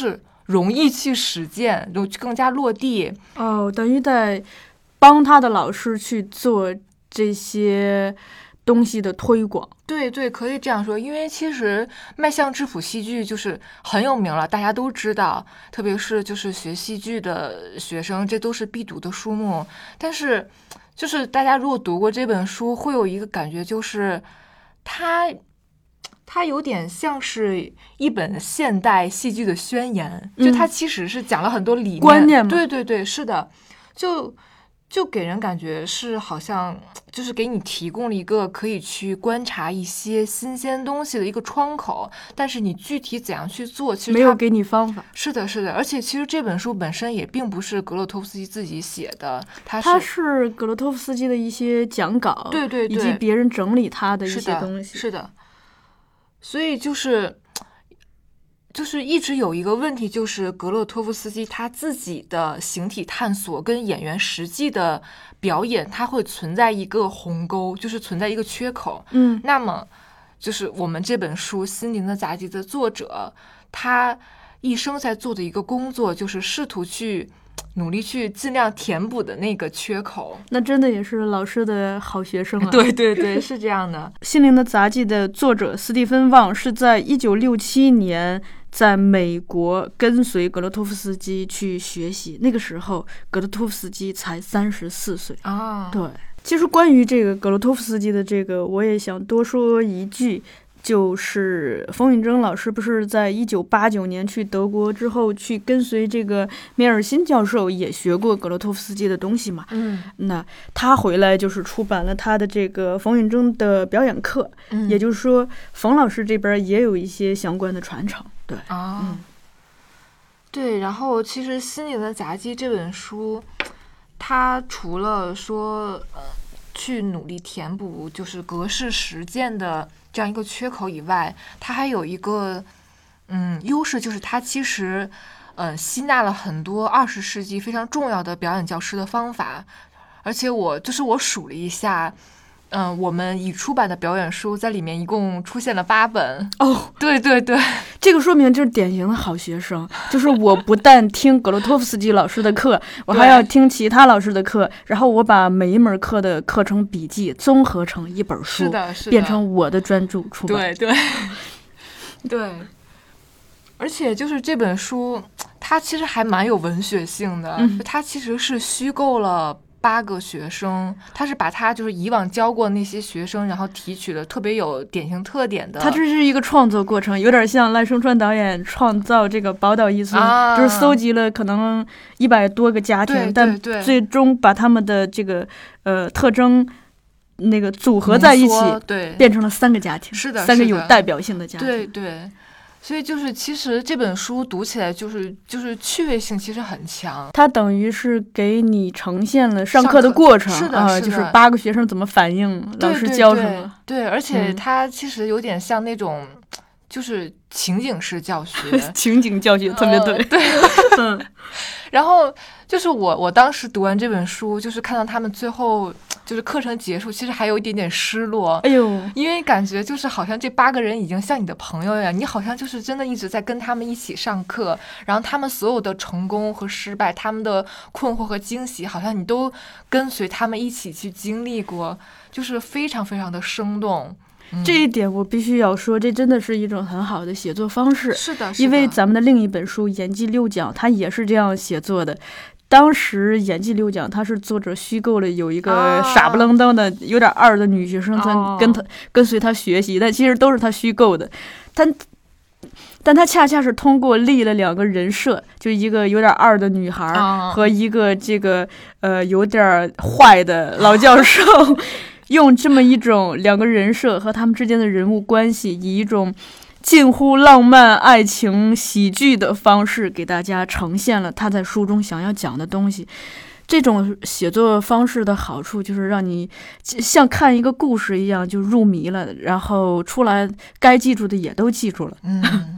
容易去实践，更加落地。 哦，等于在帮他的老师去做这些东西的推广。 对对，可以这样说，因为其实迈向质朴戏剧就是很有名了，大家都知道，特别是就是学戏剧的学生，这都是必读的书目。但是就是大家如果读过这本书，会有一个感觉，就是它它有点像是一本现代戏剧的宣言，就它其实是讲了很多理念、 嗯、观念嘛。 对对对，是的，就就给人感觉是好像就是给你提供了一个可以去观察一些新鲜东西的一个窗口，但是你具体怎样去做，其实没有给你方法。 是的，是的，而且其实这本书本身也并不是格洛托夫斯基自己写的，它是它是格洛托夫斯基的一些讲稿， 对对对， 以及别人整理他的一些东西。 是的，是的，所以就是就是一直有一个问题，就是格洛托夫斯基他自己的形体探索跟演员实际的表演，它会存在一个鸿沟，就是存在一个缺口。 嗯， 那么就是我们这本书《心灵的杂技》的作者，他一生在做的一个工作，就是试图去努力去尽量填补的那个缺口。 那真的也是老师的好学生啊。 对对对，是这样的。 《心灵的杂技》的作者斯蒂芬·旺是在一九六七年在美国跟随格洛托夫斯基去学习，那个时候格洛托夫斯基才三十四岁啊。 对，其实关于这个格洛托夫斯基的这个，我也想多说一句。就是冯允征老师不是在一九八九年去德国之后，去跟随这个米尔辛教授也学过格洛托夫斯基的东西嘛？ 嗯， 那他回来就是出版了他的这个冯允征的表演课， 嗯， 也就是说冯老师这边也有一些相关的传承。对啊， 嗯， 对。然后其实《心灵的杂技》这本书，它除了说呃去努力填补就是格式实践的这样一个缺口以外，它还有一个嗯优势，就是它其实呃吸纳了很多二十世纪非常重要的表演教师的方法，而且我就是我数了一下。嗯、呃，我们已出版的表演书在里面一共出现了八本哦， 对对对， 这个说明就是典型的好学生，就是我不但听格洛托夫斯基老师的课，我还要听其他老师的课，然后我把每一门课的课程笔记综合成一本书， 是的，是的， 变成我的专著出版。 对对对，而且就是这本书，它其实还蛮有文学性的， 嗯、 它其实是虚构了。八个学生，他是把他就是以往教过那些学生，然后提取了特别有典型特点的。 他这是一个创作过程，有点像赖声川导演创造这个宝岛一村， 啊、 就是搜集了可能一百多个家庭， 对对对， 但最终把他们的这个呃特征那个组合在一起， 对， 变成了三个家庭， 是的， 三个有代表性的家庭。 对对。所以就是其实这本书读起来就是就是趣味性其实很强， 它等于是给你呈现了上课的过程， 是的， 啊、 是的， 就是八个学生怎么反应，老师教什么。 对，对，而且它其实有点像那种、嗯、就是情景式教学， 情景教学特别对，呃、 对，嗯。然后就是我我当时读完这本书，就是看到他们最后就是课程结束，其实还有一点点失落。 哎呦， 因为感觉就是好像这八个人已经像你的朋友呀，你好像就是真的一直在跟他们一起上课，然后他们所有的成功和失败，他们的困惑和惊喜，好像你都跟随他们一起去经历过，就是非常非常的生动。嗯、 这一点我必须要说，这真的是一种很好的写作方式。 是的，是的， 因为咱们的另一本书《演技六讲》，它也是这样写作的。当时《演技六讲》，它是作者虚构了有一个傻不愣登的、啊、有点二的女学生，他跟他、哦、跟随他学习，但其实都是他虚构的。但但他恰恰是通过立了两个人设，就一个有点二的女孩、哦、和一个这个呃有点坏的老教授。用这么一种两个人设和他们之间的人物关系，以一种近乎浪漫爱情喜剧的方式给大家呈现了他在书中想要讲的东西。这种写作方式的好处就是让你像看一个故事一样就入迷了，然后出来该记住的也都记住了。 嗯，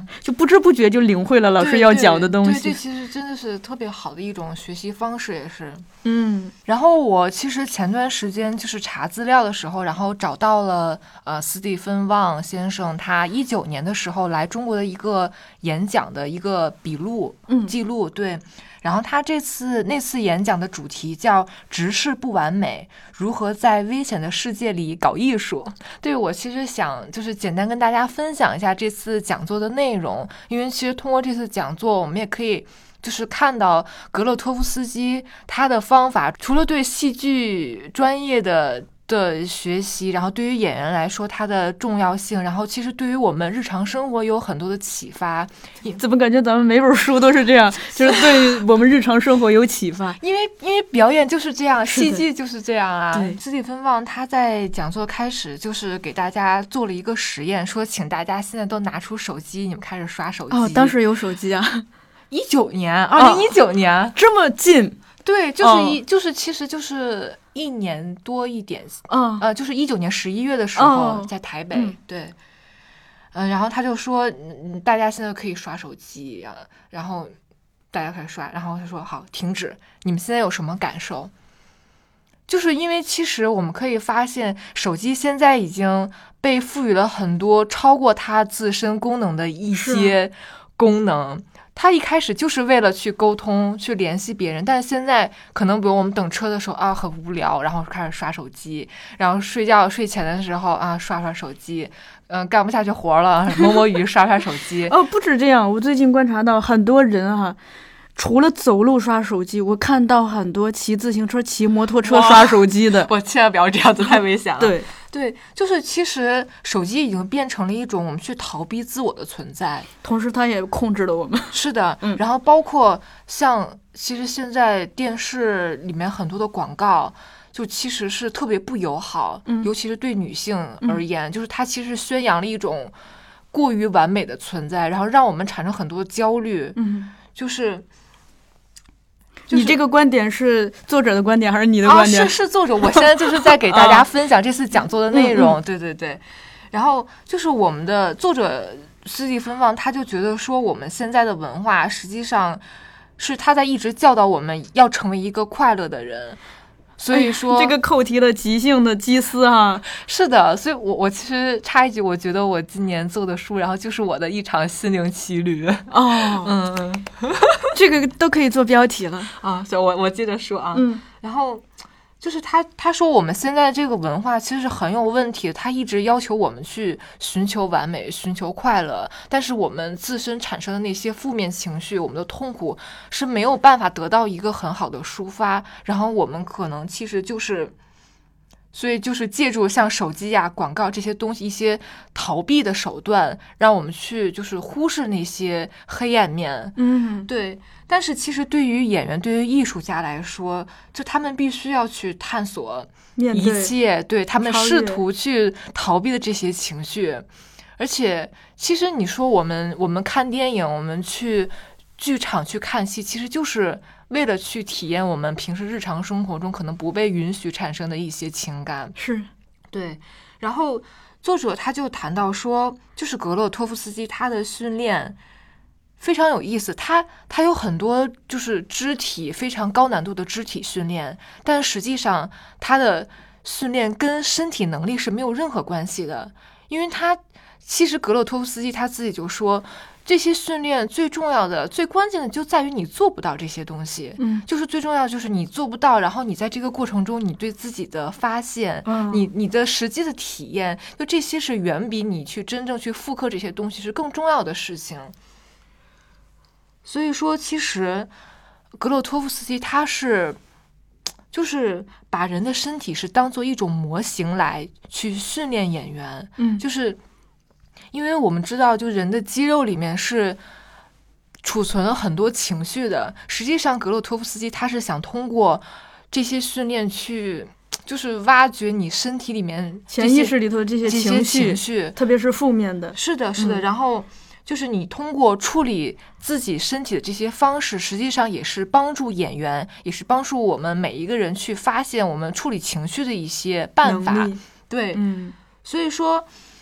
就不知不觉就领会了老师要讲的东西。 对 对, 对, 对，这其实真的是特别好的一种学习方式，也是。 嗯， 然后我其实前段时间就是查资料的时候，然后找到了呃斯蒂芬·旺先生他一九年的时候来中国的一个演讲的一个笔录记录，对。然后他这次那次演讲的主题叫“直视不完美，如何在危险的世界里搞艺术”。对，我其实想就是简单跟大家分享一下这次讲座的内容，因为其实通过这次讲座，我们也可以就是看到格勒托夫斯基他的方法，除了对戏剧专业的的学习，然后对于演员来说它的重要性，然后其实对于我们日常生活有很多的启发。 怎么感觉咱们每本书都是这样，就是对我们日常生活有启发？ 因为因为表演就是这样，戏剧就是这样啊。 对， 斯蒂芬·旺他在讲座开始就是给大家做了一个实验，说请大家现在都拿出手机，你们开始刷手机。 哦，当时有手机啊？ 一九年，二零一九年、哦， 这么近？ 对，就是一、哦、就是其实就是一年多一点， 嗯、哦， 呃，就是一九年十一月的时候、哦、在台北，嗯、对，嗯、呃，然后他就说，嗯，大家现在可以刷手机啊，然后大家开始刷，然后他说好，停止，你们现在有什么感受？就是因为其实我们可以发现，手机现在已经被赋予了很多超过它自身功能的一些功能。他一开始就是为了去沟通、去联系别人，但是现在可能比如我们等车的时候啊，很无聊，然后开始刷手机，然后睡觉睡前的时候啊，刷刷手机，嗯、呃，干不下去活了，摸摸鱼，刷刷手机。 哦，不止这样，我最近观察到很多人哈、啊，除了走路刷手机，我看到很多骑自行车、骑摩托车刷手机的。 我千万不要这样子，太危险了。 对。 对，就是其实手机已经变成了一种我们去逃避自我的存在， 同时它也控制了我们。 是的， 嗯， 然后包括像其实现在电视里面很多的广告，就其实是特别不友好， 嗯， 尤其是对女性而言，嗯，就是它其实宣扬了一种过于完美的存在，然后让我们产生很多焦虑， 嗯， 就是。 你这个观点是作者的观点还是你的观点？ 啊，是是作者，我现在就是在给大家分享这次讲座的内容。 啊、 对对对，然后就是我们的作者斯蒂芬·旺，他就觉得说，我们现在的文化实际上是他在一直教导我们要成为一个快乐的人。所以说、 哎、这个扣题了即兴的基思哈。 是的，所以我我其实插一句，我觉得我今年做的书，然后就是我的一场心灵奇旅。 哦， 嗯， 这个都可以做标题了啊。行，我我接着说啊。 嗯， 然后就是他他说我们现在这个文化其实是很有问题的，他一直要求我们去寻求完美，寻求快乐，但是我们自身产生的那些负面情绪，我们的痛苦是没有办法得到一个很好的抒发，然后我们可能其实就是所以就是借助像手机呀、广告这些东西一些逃避的手段，让我们去就是忽视那些黑暗面。 嗯， 对。但是其实对于演员、对于艺术家来说，就他们必须要去探索一切，对他们试图去逃避的这些情绪。而且，其实你说我们我们看电影，我们去剧场去看戏，其实就是为了去体验我们平时日常生活中可能不被允许产生的一些情感。 是， 对。然后作者他就谈到说，就是格洛托夫斯基他的训练非常有意思，他他有很多就是肢体非常高难度的肢体训练，但实际上他的训练跟身体能力是没有任何关系的，因为他其实格洛托夫斯基他自己就说，这些训练最重要的、最关键的就在于你做不到这些东西， 嗯， 就是最重要就是你做不到，然后你在这个过程中你对自己的发现， 嗯， 你你的实际的体验，就这些是远比你去真正去复刻这些东西是更重要的事情。所以说，其实格洛托夫斯基他是就是把人的身体是当做一种模型来去训练演员， 嗯， 就是因为我们知道，就人的肌肉里面是储存了很多情绪的。实际上，格洛托夫斯基他是想通过这些训练去，就是挖掘你身体里面潜意识里头的这些情绪， 情绪特别是负面的。 是的，是的。 嗯、 然后就是你通过处理自己身体的这些方式，实际上也是帮助演员，也是帮助我们每一个人去发现我们处理情绪的一些办法。 能力。 对， 嗯， 所以说。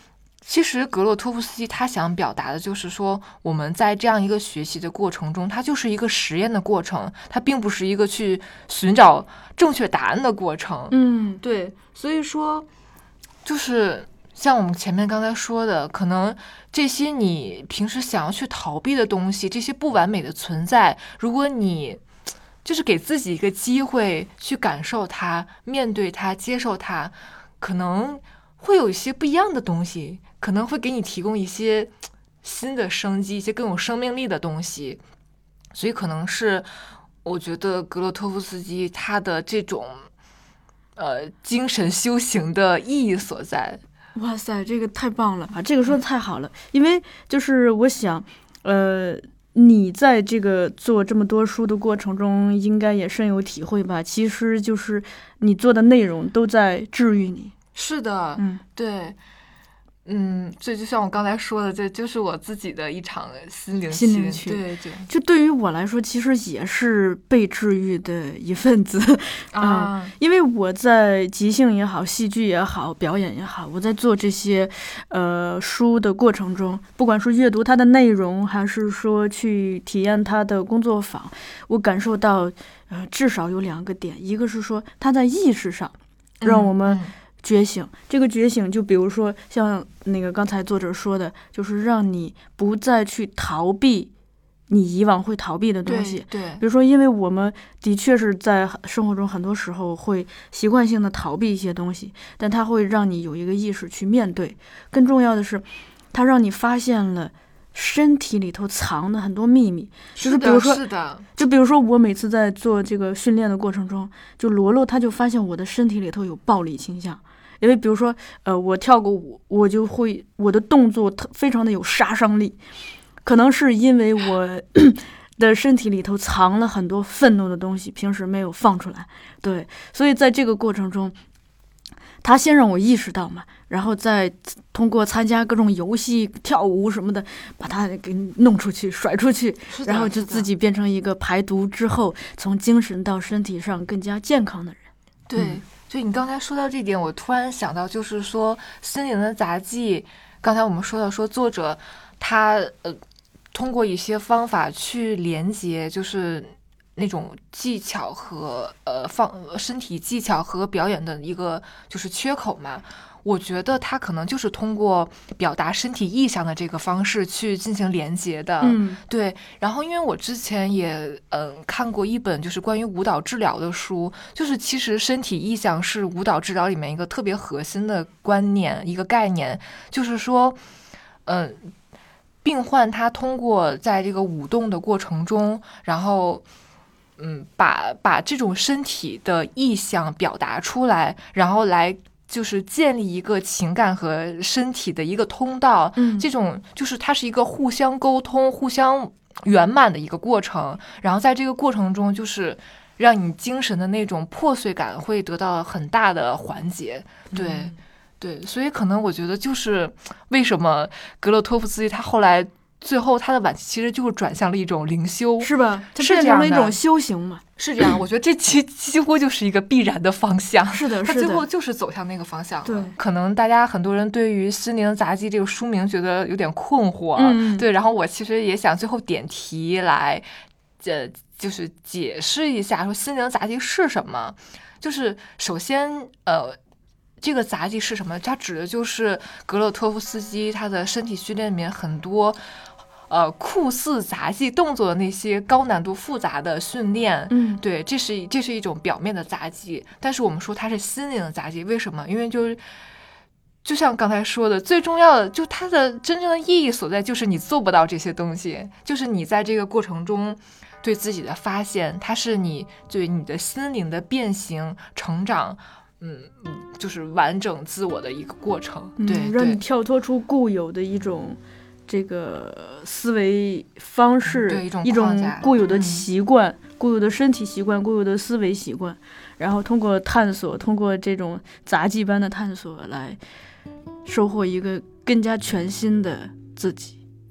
其实格洛托夫斯基他想表达的就是说，我们在这样一个学习的过程中，它就是一个实验的过程，它并不是一个去寻找正确答案的过程。 嗯，对，所以说就是像我们前面刚才说的，可能这些你平时想要去逃避的东西，这些不完美的存在，如果你就是给自己一个机会去感受它、面对它、接受它，可能会有一些不一样的东西，可能会给你提供一些新的生机，一些更有生命力的东西。所以可能是我觉得格洛托夫斯基他的这种呃精神修行的意义所在。 哇塞，这个太棒了啊！这个说的太好了，因为就是我想，呃，你在这个做这么多书的过程中，应该也深有体会吧？其实就是你做的内容都在治愈你。 是的， 嗯， 对，嗯，这就像我刚才说的，这就是我自己的一场心灵心灵曲。 对对， 就对于我来说，其实也是被治愈的一份子啊、 嗯，因为我在即兴也好，戏剧也好，表演也好，我在做这些呃书的过程中，不管是阅读它的内容，还是说去体验它的工作坊，我感受到呃至少有两个点，一个是说它在意识上让我们、 嗯嗯觉醒，这个觉醒就比如说像那个刚才作者说的，就是让你不再去逃避你以往会逃避的东西。 对，对比如说因为我们的确是在生活中很多时候会习惯性的逃避一些东西，但它会让你有一个意识去面对。更重要的是，它让你发现了身体里头藏的很多秘密，就是比如说， 是的， 就比如说我每次在做这个训练的过程中，就罗罗他就发现我的身体里头有暴力倾向。因为比如说，呃，我跳个舞，我就会我的动作特非常的有杀伤力，可能是因为我的身体里头藏了很多愤怒的东西，平时没有放出来。对，所以在这个过程中，他先让我意识到嘛，然后再通过参加各种游戏、跳舞什么的，把它给弄出去、甩出去，然后就自己变成一个排毒之后，从精神到身体上更加健康的人。 对。 嗯就你刚才说到这点，我突然想到，就是说《心灵的杂技》，刚才我们说到说作者他呃通过一些方法去连接，就是那种技巧和呃放身体技巧和表演的一个就是缺口嘛。我觉得他可能就是通过表达身体意象的这个方式去进行连接的。 嗯， 对。然后因为我之前也嗯、呃、看过一本就是关于舞蹈治疗的书，就是其实身体意象是舞蹈治疗里面一个特别核心的观念，一个概念，就是说嗯、呃、病患他通过在这个舞动的过程中，然后嗯把把这种身体的意象表达出来，然后来就是建立一个情感和身体的一个通道。 嗯， 这种就是它是一个互相沟通、互相圆满的一个过程。然后在这个过程中，就是让你精神的那种破碎感会得到很大的缓解。对。 嗯对，所以可能我觉得就是为什么格洛托夫斯基他后来最后他的晚期其实就是转向了一种灵修， 是吧？它是变这样的成了一种修行嘛。 是这样。我觉得这几几乎就是一个必然的方向。 是的， 他是的。 最后就是走向那个方向了。 对， 可能大家很多人对于《心灵杂技》这个书名觉得有点困惑。 嗯， 对。然后我其实也想最后点题来，呃，就是解释一下说心灵杂技是什么。就是首先，呃。这个杂技是什么？它指的就是格洛托夫斯基他的身体训练里面很多呃酷似杂技动作的那些高难度复杂的训练。 嗯， 对，这是这是一种表面的杂技，但是我们说它是心灵的杂技，为什么？因为就是就像刚才说的，最重要的就它的真正的意义所在，就是你做不到这些东西，就是你在这个过程中对自己的发现，它是你对你的心灵的变形成长。嗯，就是完整自我的一个过程。 嗯、 对， 让你跳脱出固有的一种这个思维方式， 对，一种一种固有的习惯、嗯、固有的身体习惯、固有的思维习惯，然后通过探索，通过这种杂技般的探索来收获一个更加全新的自己。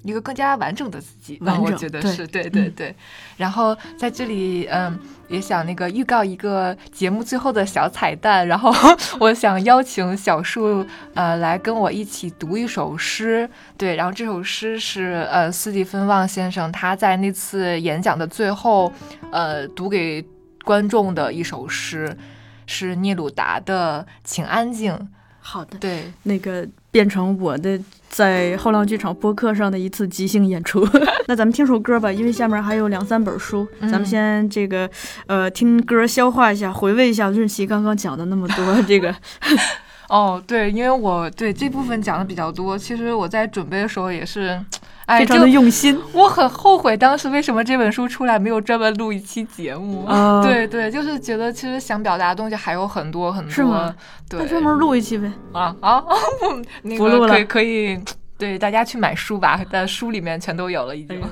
一个更加完整的自己， 完整、 嗯、我觉得是对对 对, 对、嗯。然后在这里，嗯，也想那个预告一个节目最后的小彩蛋，然后我想邀请小树，呃，来跟我一起读一首诗。对，然后这首诗是呃斯蒂芬旺先生他在那次演讲的最后，呃，读给观众的一首诗，是聂鲁达的《请安静》。 好的， 对， 那个变成我的在后浪剧场播客上的一次即兴演出。那咱们听首歌吧，因为下面还有两三本书，嗯、咱们先这个呃听歌消化一下，回味一下润琪刚刚讲的那么多这个。 哦，对，因为我对这部分讲的比较多，其实我在准备的时候也是，哎， 非常的用心。 我很后悔当时为什么这本书出来没有专门录一期节目。 呃、 对对，就是觉得其实想表达的东西还有很多很多。 是吗？ 对， 那专门录一期呗。 啊啊，那个可以可以，对，大家去买书吧，但书里面全都有了已经。哎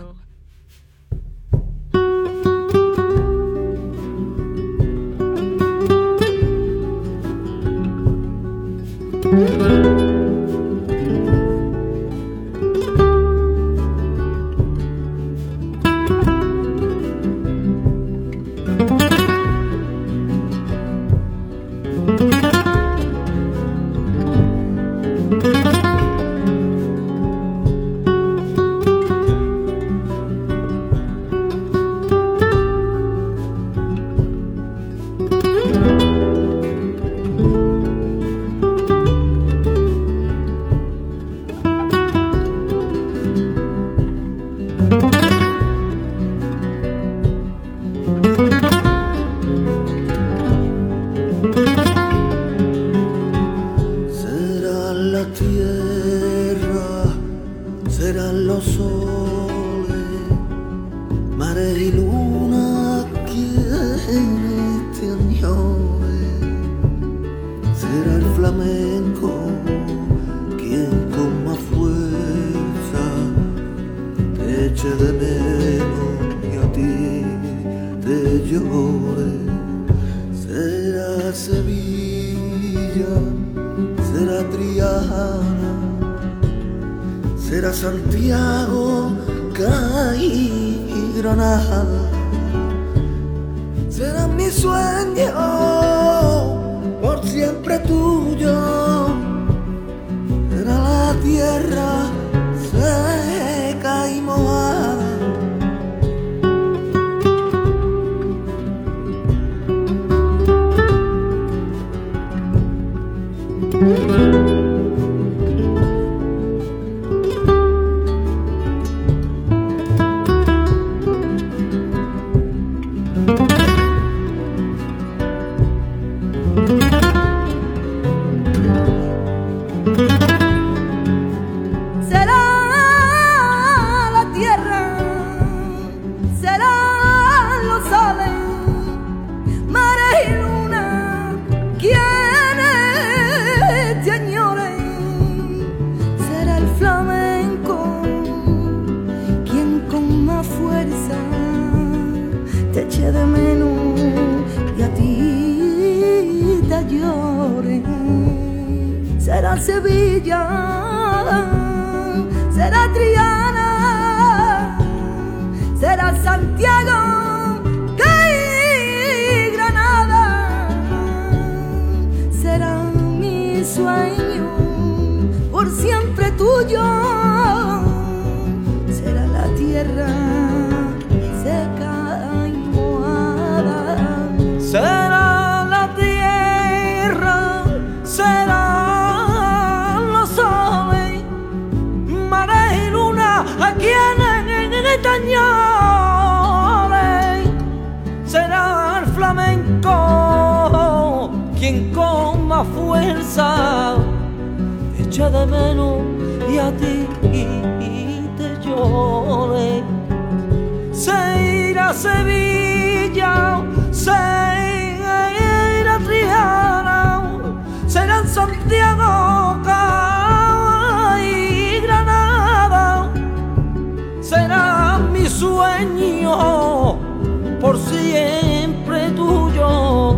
por siempre tuyo,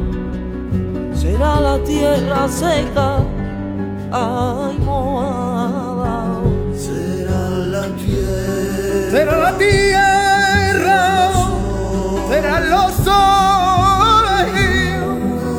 será la tierra seca, almohada, será la tierra será la tierra, serán los soles,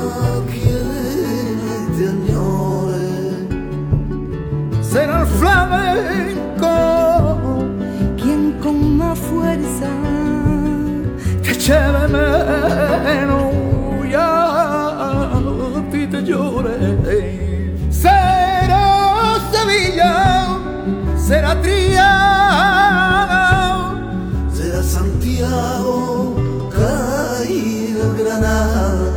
será el flamenco, quien con más fuerza te eche de menos y a ti te llore. Será Sevilla, será Triana, será Santiago, caída Granada,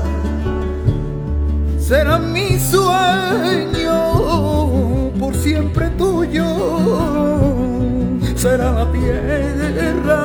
será mi sueño por siempre tuyo, será la tierra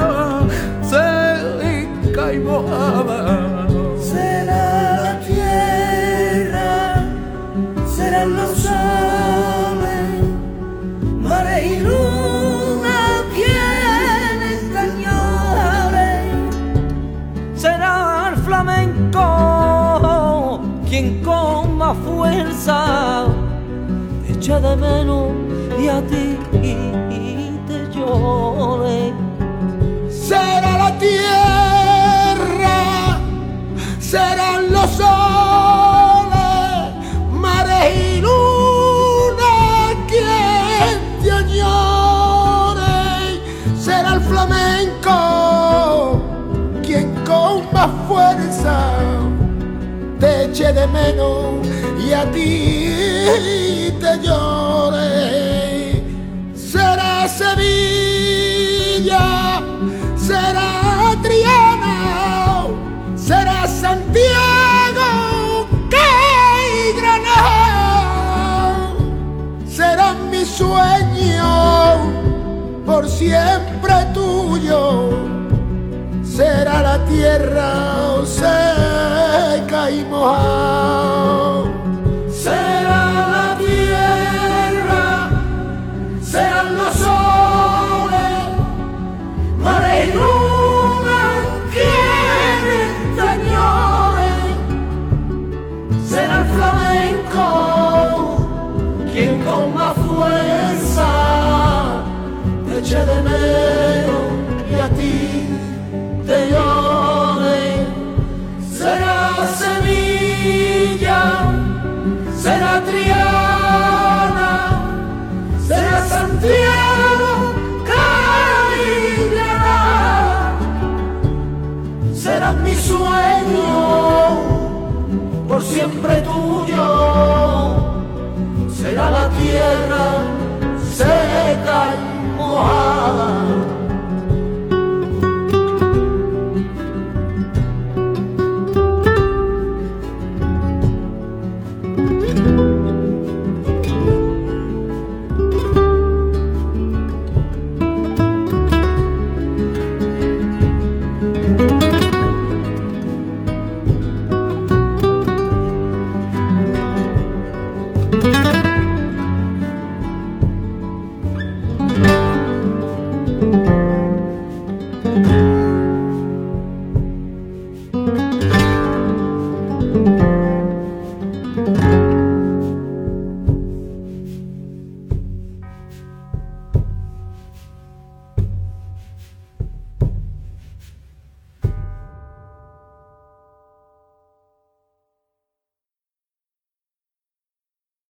seca y mojada, será la tierra, serán los soles, mares y luna, quienes te añoren. será el flamenco quien con más fuerza te echa de menos y a ti te llore. Será la tierra, serán los soles, mares y luna quien te añore. Será el flamenco quien con más fuerza te eche de menos y a ti te llore. Será Sevilla, será Triana, será Santiago, que Granada, será mi sueño por siempre tuyo, será la tierra seca y mojada, será la tierra, serán los soles, mares y luna, quienes te añoren. Será el flamenco quien con más fuerza te eche de menos y a ti te llore. Será Sevilla, será Triana, será Santiago, Caída, será mi sueño por siempre tuyo.